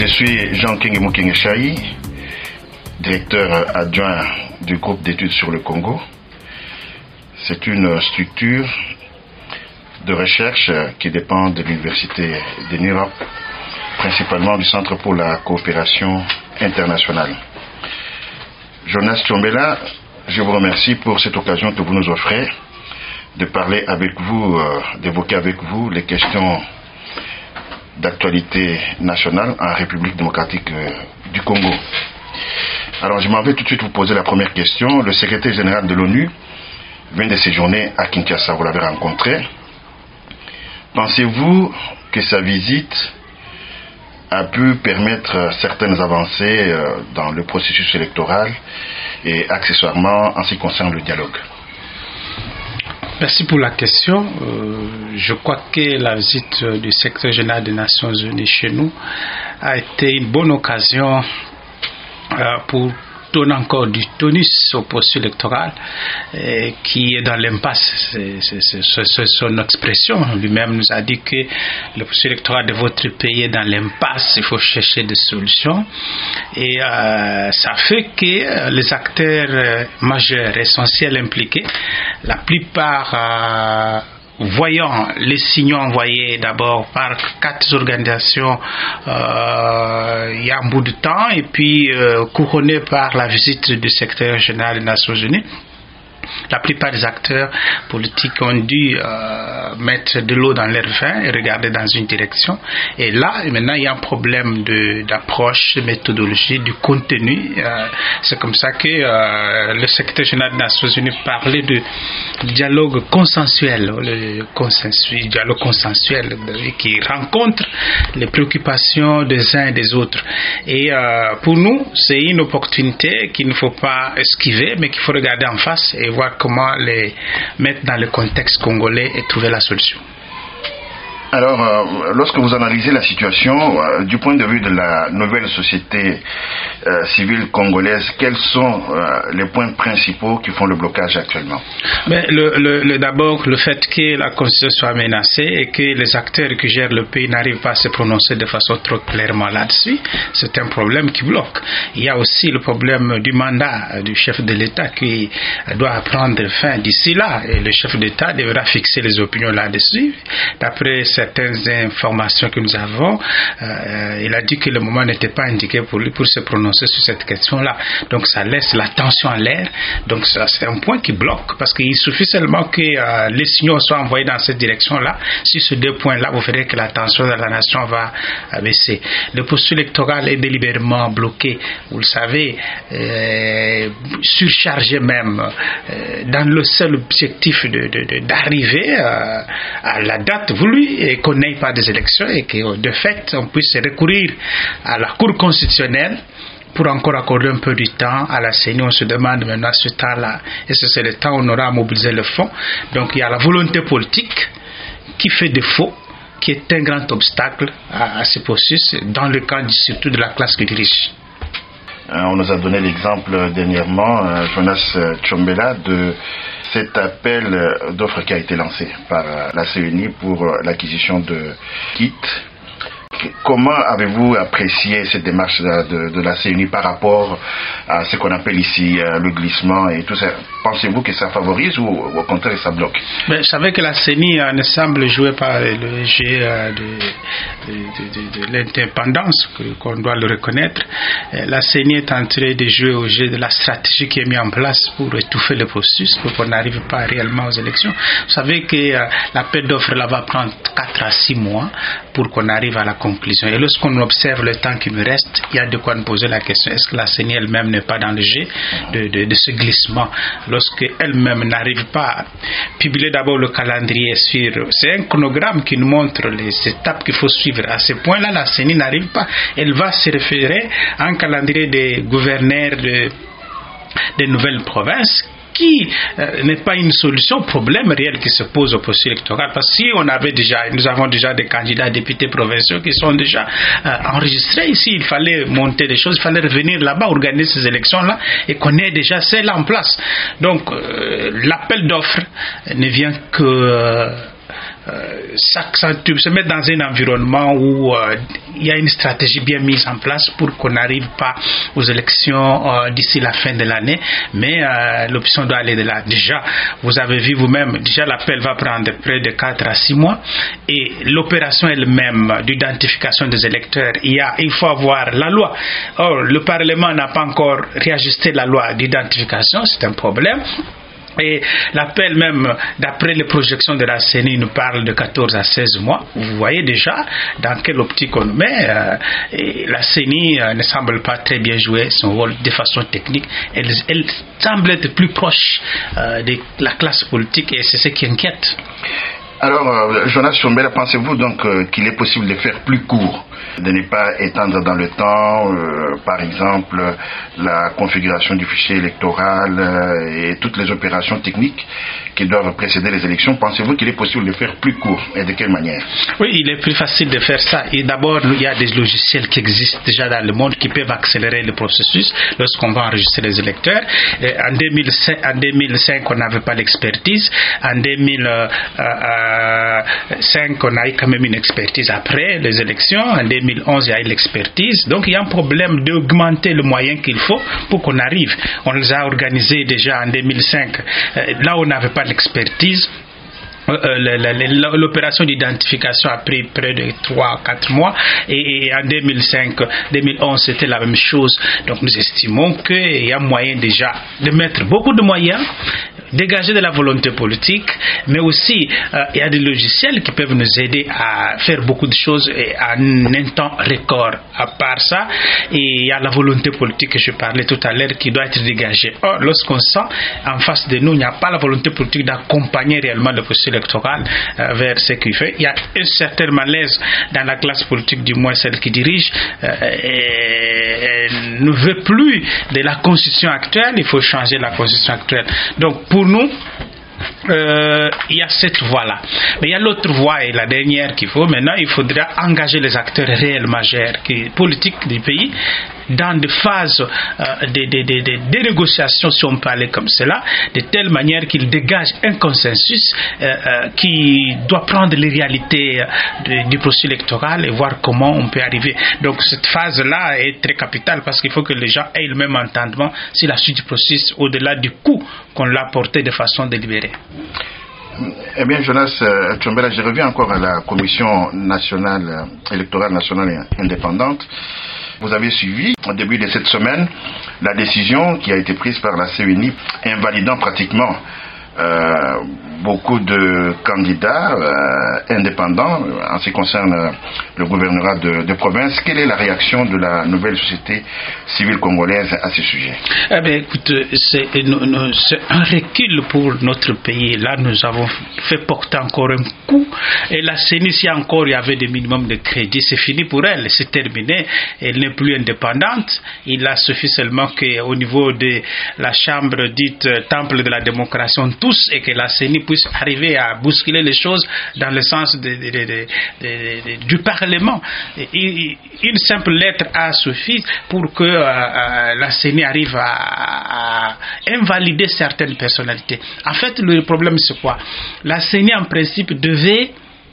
Je suis Jean Kengemu Kengeshaï, directeur adjoint du groupe d'études sur le Congo. C'est une structure de recherche qui dépend de l'Université de New York, principalement du Centre pour la coopération internationale. Jonas Tchombela, je vous remercie pour cette occasion que vous nous offrez de parler avec vous, d'évoquer avec vous les questions d'actualité nationale en République démocratique du Congo. Alors je m'en vais tout de suite vous poser la première question. Le secrétaire général de l'ONU vient de séjourner à Kinshasa, vous l'avez rencontré. Pensez-vous que sa visite a pu permettre certaines avancées dans le processus électoral et accessoirement en ce qui concerne le dialogue? Merci pour la question. Je crois que la visite du secrétaire général des Nations Unies chez nous a été une bonne occasion pour donner encore du tonus au processus électoral qui est dans l'impasse. C'est son expression. Lui-même nous a dit que le processus électoral de votre pays est dans l'impasse, il faut chercher des solutions. Et ça fait que les acteurs majeurs, essentiels impliqués, la plupart voyant les signaux envoyés d'abord par 4 organisations il y a un bout de temps et puis couronnés par la visite du secrétaire général des Nations Unies, la plupart des acteurs politiques ont dû mettre de l'eau dans leur vin et regarder dans une direction. Et là, maintenant, il y a un problème d'approche, de méthodologie, du contenu. C'est comme ça que le secrétaire général des Nations Unies parlait de dialogue consensuel, dialogue consensuel qui rencontre les préoccupations des uns et des autres. Et pour nous, c'est une opportunité qu'il ne faut pas esquiver, mais qu'il faut regarder en face et voir comment les mettre dans le contexte congolais et trouver la solution. Alors, lorsque vous analysez la situation du point de vue de la nouvelle société civile congolaise, quels sont les points principaux qui font le blocage actuellement? Mais d'abord, le fait que la constitution soit menacée et que les acteurs qui gèrent le pays n'arrivent pas à se prononcer de façon trop clairement là-dessus, c'est un problème qui bloque. Il y a aussi le problème du mandat du chef de l'État qui doit prendre fin d'ici là, et le chef d'État devra fixer les opinions là-dessus. D'après certaines informations que nous avons, il a dit que le moment n'était pas indiqué pour lui pour se prononcer sur cette question-là. Donc ça laisse la tension en l'air. Donc c'est un point qui bloque parce qu'il suffit seulement que les signaux soient envoyés dans cette direction-là. Sur ces 2 points-là, vous verrez que la tension dans la nation va baisser. Le processus électoral est délibérément bloqué, vous le savez, surchargé même, dans le seul objectif d'arriver à la date voulue et qu'on n'ait pas des élections et que de fait on puisse recourir à la Cour constitutionnelle pour encore accorder un peu du temps à la CENI. On se demande maintenant ce temps-là, et c'est le temps où on aura à mobiliser le fonds. Donc il y a la volonté politique qui fait défaut, qui est un grand obstacle à ce processus dans le cadre surtout de la classe qui dirige. On nous a donné l'exemple dernièrement, Jonas Tchombela, de cet appel d'offres qui a été lancé par la CENI pour l'acquisition de kits. Comment avez-vous apprécié cette démarche de la CENI par rapport à ce qu'on appelle ici le glissement et tout ça? Pensez-vous que ça favorise ou au contraire ça bloque? Je savais que la CENI ne semble jouer par le jeu de l'indépendance, qu'on doit le reconnaître. La CENI est en train de jouer au jeu de la stratégie qui est mise en place pour étouffer le processus, pour qu'on n'arrive pas réellement aux élections. Vous savez que l'appel d'offres là va prendre 4 à 6 mois pour qu'on arrive à la conclusion. Et lorsqu'on observe le temps qui nous reste, il y a de quoi nous poser la question, est-ce que la CENI elle-même n'est pas dans le jeu de ce glissement? Lorsque elle-même n'arrive pas à publier d'abord le calendrier c'est un chronogramme qui nous montre les étapes qu'il faut suivre. À ce point-là, la CENI n'arrive pas. Elle va se référer à un calendrier des gouverneurs des nouvelles provinces qui n'est pas une solution au problème réel qui se pose au processus électoral. Parce que si nous avons déjà des candidats députés provinciaux qui sont déjà enregistrés ici, il fallait monter des choses, il fallait revenir là-bas, organiser ces élections-là et qu'on ait déjà celles en place. Donc l'appel d'offres ne vient que s'accentue, se mettre dans un environnement où il y a une stratégie bien mise en place pour qu'on n'arrive pas aux élections d'ici la fin de l'année, mais l'option doit aller de là. Déjà, vous avez vu vous-même, déjà l'appel va prendre près de 4 à 6 mois, et l'opération elle-même d'identification des électeurs, il faut avoir la loi. Or, le Parlement n'a pas encore réajusté la loi d'identification, c'est un problème. Et l'appel même, d'après les projections de la CENI, nous parle de 14 à 16 mois. Vous voyez déjà dans quelle optique on nous met. Et la CENI ne semble pas très bien jouer son rôle de façon technique. Elle semble être plus proche de la classe politique, et c'est ce qui inquiète. Alors, Jonas Tchombela, pensez-vous donc qu'il est possible de faire plus court, de ne pas étendre dans le temps, par exemple, la configuration du fichier électoral et toutes les opérations techniques qui doivent précéder les élections? Pensez-vous qu'il est possible de faire plus court, et de quelle manière? Oui, il est plus facile de faire ça. Et d'abord, il y a des logiciels qui existent déjà dans le monde qui peuvent accélérer le processus lorsqu'on va enregistrer les électeurs. En 2005, on n'avait pas l'expertise. En 2005, on a eu quand même une expertise après les élections. En 2011, il y a eu l'expertise. Donc, il y a un problème d'augmenter le moyen qu'il faut pour qu'on arrive. On les a organisés déjà en 2005. Là, on n'avait pas l'expertise. L'opération d'identification a pris près de 3 à 4 mois, et en 2011 c'était la même chose. Donc nous estimons qu'il y a moyen déjà de mettre beaucoup de moyens, dégager de la volonté politique, mais aussi il y a des logiciels qui peuvent nous aider à faire beaucoup de choses en un temps record. À part ça, et il y a la volonté politique que je parlais tout à l'heure qui doit être dégagée. Or, lorsqu'on sent en face de nous, il n'y a pas la volonté politique d'accompagner réellement le processus électoral vers ce qu'il fait. Il y a un certain malaise dans la classe politique, du moins celle qui dirige, et ne veut plus de la constitution actuelle. Il faut changer la constitution actuelle. Donc pour nous, il y a cette voie-là. Mais il y a l'autre voie, et la dernière qu'il faut. Maintenant, il faudra engager les acteurs réels majeurs politiques du pays dans des phases de négociations, si on peut aller comme cela, de telle manière qu'ils dégagent un consensus qui doit prendre les réalités du processus électoral et voir comment on peut arriver. Donc cette phase-là est très capitale, parce qu'il faut que les gens aient le même entendement sur la suite du processus, au-delà du coût qu'on l'a porté de façon délibérée. Eh bien, Jonas Tchombela, je reviens encore à la Commission nationale électorale nationale indépendante. Vous avez suivi au début de cette semaine la décision qui a été prise par la CENI invalidant pratiquement beaucoup de candidats indépendants en ce qui concerne le gouvernorat de province. Quelle est la réaction de la nouvelle société civile congolaise à ce sujet? Eh bien, écoute, c'est un recul pour notre pays. Là, nous avons fait porter encore un coup. Et la CENI, si encore il y avait des minimums de crédit, c'est fini pour elle. C'est terminé. Elle n'est plus indépendante. Il a suffi seulement qu'au niveau de la chambre dite temple de la démocratie, on tous, et que la CENI puisse arriver à bousculer les choses dans le sens du Parlement. Une simple lettre a suffi pour que la CENI arrive à invalider certaines personnalités. En fait, le problème c'est quoi? La CENI en principe devait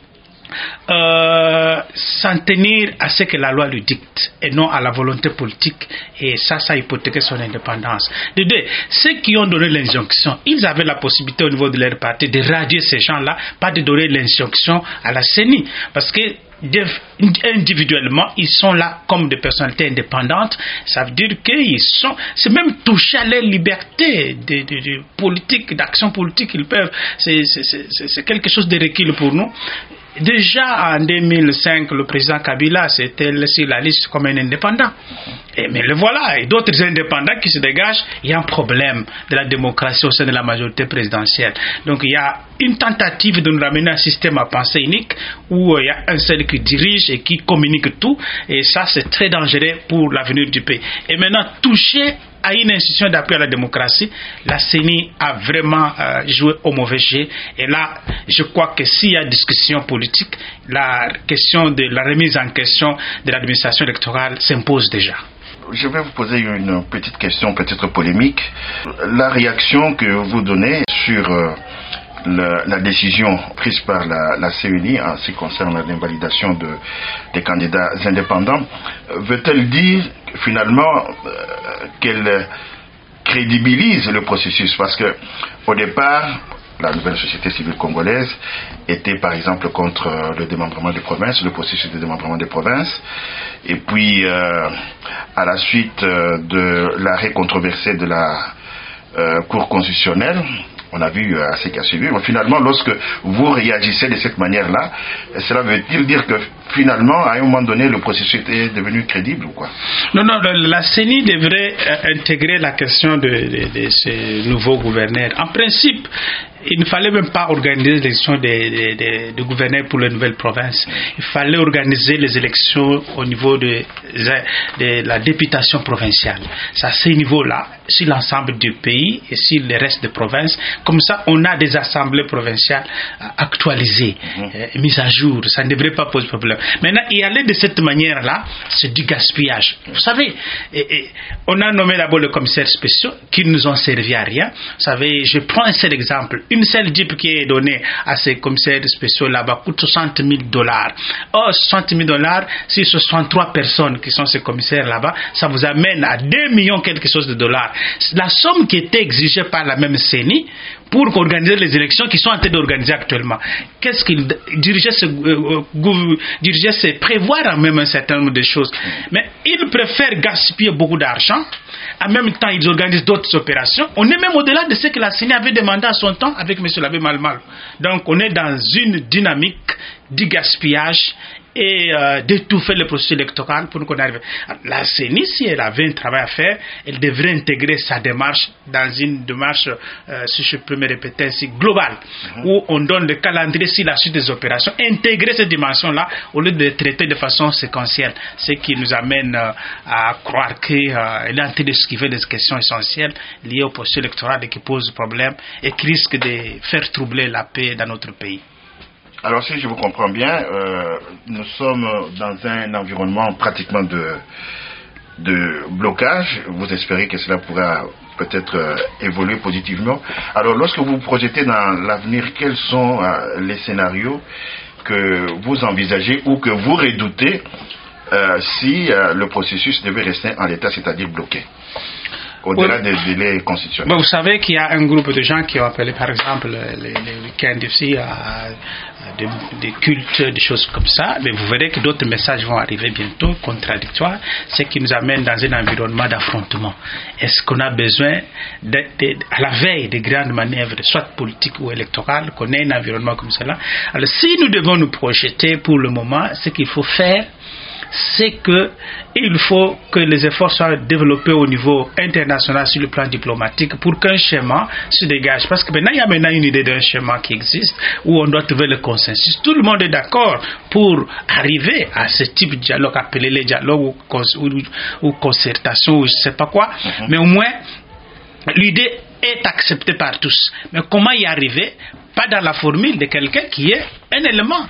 s'en tenir à ce que la loi lui dicte et non à la volonté politique, et ça a hypothéqué son indépendance. De deux, ceux qui ont donné l'injonction, ils avaient la possibilité au niveau de leur parti de radier ces gens-là, pas de donner l'injonction à la CENI, parce que individuellement ils sont là comme des personnalités indépendantes. Ça veut dire qu'ils sont, c'est même toucher à leur liberté de politique, d'action politique. Ils peuvent, c'est quelque chose de recul pour nous. Déjà en 2005, le président Kabila s'était sur la liste comme un indépendant. Mais le voilà, et d'autres indépendants qui se dégagent. Il y a un problème de la démocratie au sein de la majorité présidentielle. Donc il y a une tentative de nous ramener à un système à pensée unique où il y a un seul qui dirige et qui communique tout. Et ça, c'est très dangereux pour l'avenir du pays. Et maintenant, toucher à une institution d'appui à la démocratie, la CENI a vraiment joué au mauvais jeu. Et là, je crois que s'il y a discussion politique, la question de la remise en question de l'administration électorale s'impose déjà. Je vais vous poser une petite question, peut-être polémique. La réaction que vous donnez sur la décision prise par la CENI en ce qui concerne l'invalidation des candidats indépendants, veut-elle dire finalement qu'elle crédibilise le processus? Parce que au départ, la nouvelle société civile congolaise était par exemple contre le démembrement des provinces, le processus de démembrement des provinces, et puis à la suite de l'arrêt controversé de la Cour constitutionnelle, on a vu ce qui a suivi. Mais finalement, lorsque vous réagissez de cette manière-là, cela veut-il dire que finalement, à un moment donné, le processus est devenu crédible ou quoi? Non, la CENI devrait intégrer la question de ce nouveau gouverneur. En principe, il ne fallait même pas organiser l'élection de gouverneurs pour les nouvelles provinces. Il fallait organiser les élections au niveau de la députation provinciale. C'est à ce niveau-là, sur l'ensemble du pays et sur le reste des provinces. Comme ça, on a des assemblées provinciales actualisées, mises à jour. Ça ne devrait pas poser problème. Maintenant, y aller de cette manière-là, c'est du gaspillage. Vous savez, on a nommé d'abord les commissaires spéciaux qui nous ont servi à rien. Vous savez, je prends un seul exemple. Une seule jeep qui est donnée à ces commissaires spéciaux là-bas coûte $60,000. Or, $60,000, si ce 63 personnes qui sont ces commissaires là-bas, ça vous amène à 2 millions quelque chose de dollars. La somme qui était exigée par la même CENI pour organiser les élections qui sont en train d'organiser actuellement. Qu'est-ce qu'il dirigeait, c'est prévoir même un certain nombre de choses. Mais ils préfèrent gaspiller beaucoup d'argent. En même temps, ils organisent d'autres opérations. On est même au-delà de ce que la CENI avait demandé à son temps avec M. Labbé Mal. Donc, on est dans une dynamique du gaspillage et d'étouffer le processus électoral pour qu'on arrive. La CENI, si elle avait un travail à faire, elle devrait intégrer sa démarche dans une démarche, si je peux me répéter ainsi, globale, où on donne le calendrier sur la suite des opérations, intégrer cette dimension-là au lieu de les traiter de façon séquentielle, ce qui nous amène à croire qu'elle est en train d'esquiver des questions essentielles liées au processus électoral et qui posent problème et qui risquent de faire troubler la paix dans notre pays. Alors si je vous comprends bien, nous sommes dans un environnement pratiquement de blocage. Vous espérez que cela pourra peut-être évoluer positivement. Alors lorsque vous projetez dans l'avenir, quels sont les scénarios que vous envisagez ou que vous redoutez si le processus devait rester en l'état, c'est-à-dire bloqué au-delà des délais constitutionnels? Vous savez qu'il y a un groupe de gens qui ont appelé par exemple les week-ends ici à des cultes, des choses comme ça, mais vous verrez que d'autres messages vont arriver bientôt, contradictoires, ce qui nous amène dans un environnement d'affrontement. Est-ce qu'on a besoin, à la veille des grandes manœuvres, soit politiques ou électorales, qu'on ait un environnement comme cela? Alors si nous devons nous projeter pour le moment, ce qu'il faut faire, c'est qu'il faut que les efforts soient développés au niveau international sur le plan diplomatique pour qu'un schéma se dégage. Parce que maintenant, il y a maintenant une idée d'un schéma qui existe où on doit trouver le consensus. Tout le monde est d'accord pour arriver à ce type de dialogue, appelé les dialogues ou concertation ou je ne sais pas quoi. Mais au moins, l'idée est acceptée par tous. Mais comment y arriver? Pas dans la formule de quelqu'un qui est un élément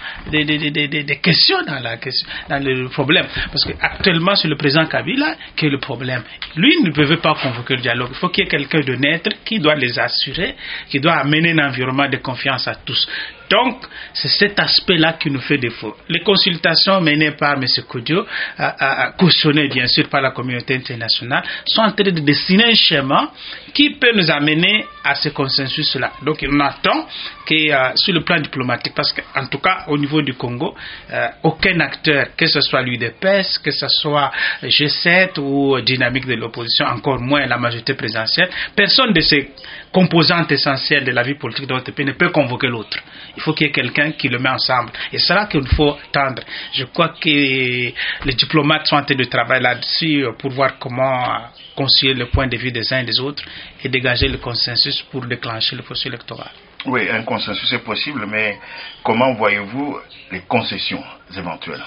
de questions dans le problème. Parce qu'actuellement, c'est le président Kabila qui est le problème. Lui ne peut pas convoquer le dialogue. Il faut qu'il y ait quelqu'un de neutre qui doit les assurer, qui doit amener un environnement de confiance à tous. Donc, c'est cet aspect-là qui nous fait défaut. Les consultations menées par M. Kodio, cautionnées bien sûr par la communauté internationale, sont en train de dessiner un schéma qui peut nous amener à ce consensus-là. Donc, on attend que sur le plan diplomatique, parce qu'en tout cas, au niveau du Congo, aucun acteur, que ce soit l'UDPS, que ce soit G7 ou Dynamique de l'opposition, encore moins la majorité présidentielle, personne de ces composantes essentielles de la vie politique de notre pays ne peut convoquer l'autre. Il faut qu'il y ait quelqu'un qui le met ensemble. Et c'est là qu'il faut attendre. Je crois que les diplomates sont en train de travailler là-dessus pour voir comment concilier le point de vue des uns et des autres et dégager le consensus pour déclencher le processus électoral. Oui, un consensus est possible, mais comment voyez-vous les concessions éventuelles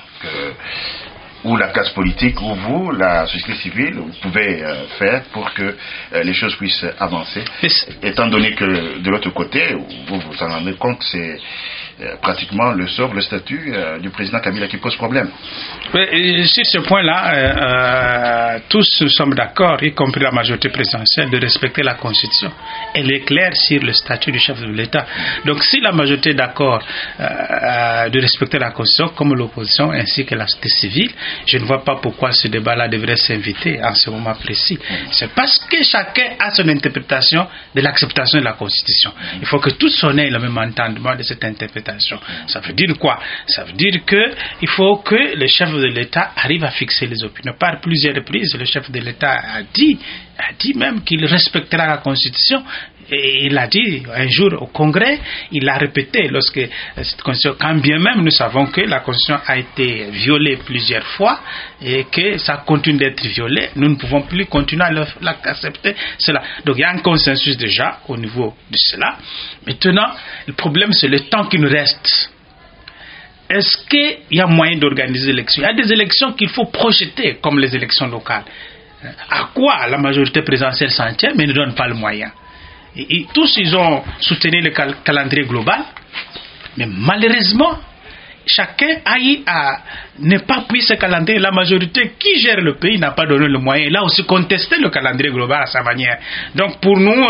ou la classe politique, ou vous, la société civile, vous pouvez faire pour que les choses puissent avancer, étant donné que de l'autre côté, vous vous en rendez compte, pratiquement le statut du président Kabila qui pose problème. Mais, sur ce point-là, tous nous sommes d'accord, y compris la majorité présidentielle, de respecter la Constitution. Elle est claire sur le statut du chef de l'État. Donc si la majorité est d'accord de respecter la Constitution, comme l'opposition ainsi que la société civile, je ne vois pas pourquoi ce débat-là devrait s'inviter en ce moment précis. C'est parce que chacun a son interprétation de l'acceptation de la Constitution. Il faut que tous on ait le même entendement de cette interprétation. Ça veut dire quoi? Ça veut dire qu'il faut que le chef de l'État arrive à fixer les opinions. Par plusieurs reprises, le chef de l'État a dit même qu'il respectera la Constitution. Et il a dit un jour au Congrès, il l'a répété lorsque cette Constitution, quand bien même nous savons que la Constitution a été violée plusieurs fois et que ça continue d'être violé, nous ne pouvons plus continuer à accepter cela. Donc il y a un consensus déjà au niveau de cela. Maintenant, le problème c'est le temps qui nous reste. Est-ce qu'il y a moyen d'organiser des élections? Il y a des élections qu'il faut projeter comme les élections locales. À quoi la majorité présidentielle s'en tient mais ne donne pas le moyen? Et tous ils ont soutenu le calendrier global, mais malheureusement chacun a eu à ne pas appuyer ce calendrier. La majorité qui gère le pays n'a pas donné le moyen. Il a aussi contesté le calendrier global à sa manière. Donc pour nous,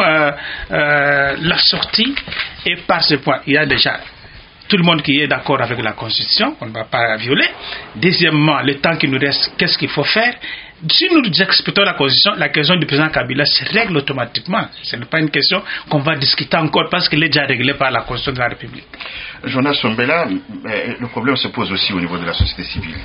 la sortie est par ce point. Il y a déjà tout le monde qui est d'accord avec la Constitution, on ne va pas la violer. Deuxièmement, le temps qui nous reste, qu'est-ce qu'il faut faire? Si nous acceptons la Constitution, la question du président Kabila se règle automatiquement. Ce n'est pas une question qu'on va discuter encore parce qu'elle est déjà réglée par la Constitution de la République. Jonas Sombela, le problème se pose aussi au niveau de la société civile,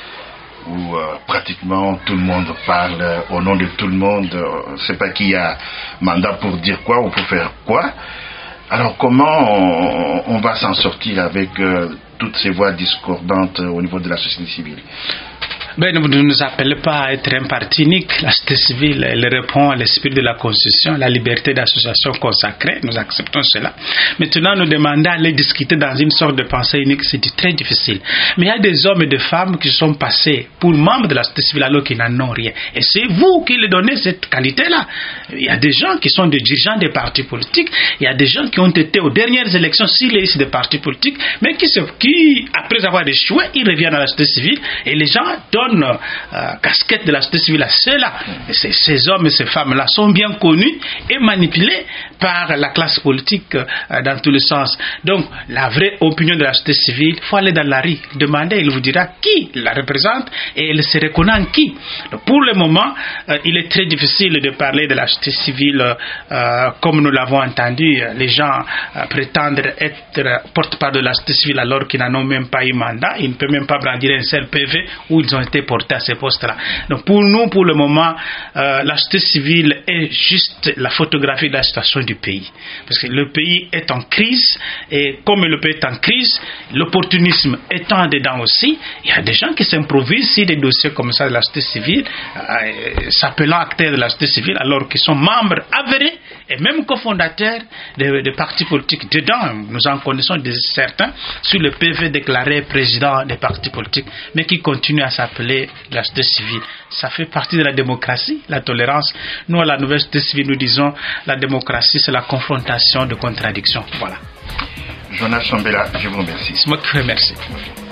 où pratiquement tout le monde parle au nom de tout le monde. On ne sait pas qui a mandat pour dire quoi ou pour faire quoi. Alors comment on va s'en sortir avec toutes ces voix discordantes au niveau de la société civile? Ben, ne nous appelez pas à être un parti unique. La société civile, elle répond à l'esprit de la Constitution, la liberté d'association consacrée. Nous acceptons cela. Maintenant, nous demander d'aller discuter dans une sorte de pensée unique, c'est très difficile. Mais il y a des hommes et des femmes qui sont passés pour membres de la société civile alors qu'ils n'en ont rien. Et c'est vous qui leur donnez cette qualité-là. Il y a des gens qui sont des dirigeants des partis politiques. Il y a des gens qui ont été aux dernières élections sur les listes des partis politiques, mais qui après avoir échoué, ils reviennent à la société civile et les gens donnent casquette de la société civile à ceux-là. Ces hommes et ces femmes-là sont bien connus et manipulés par la classe politique dans tous les sens. Donc, la vraie opinion de la société civile, il faut aller dans la rue, demander, il vous dira qui la représente et il se reconnaît en qui. Donc, pour le moment, il est très difficile de parler de la société civile comme nous l'avons entendu. Les gens prétendent être porte-parole de la société civile alors qu'ils n'en ont même pas eu mandat. Ils ne peuvent même pas brandir un seul PV où ils ont été portés à ces postes-là. Donc, pour nous, pour le moment, la société civile est juste la photographie de la situation du pays. Parce que le pays est en crise et comme le pays est en crise, l'opportunisme étant dedans aussi, il y a des gens qui s'improvisent sur des dossiers comme ça de la société civile, s'appelant acteurs de la société civile alors qu'ils sont membres avérés et même cofondateurs de partis politiques. Dedans, nous en connaissons certains sur le PV déclaré président des partis politiques, mais qui continuent à s'appeler la société civile. Ça fait partie de la démocratie, la tolérance. Nous, à la nouvelle société civile, nous disons la démocratie, c'est la confrontation de contradictions. Voilà. Jonas Sombela, je vous remercie. C'est moi qui vous remercie.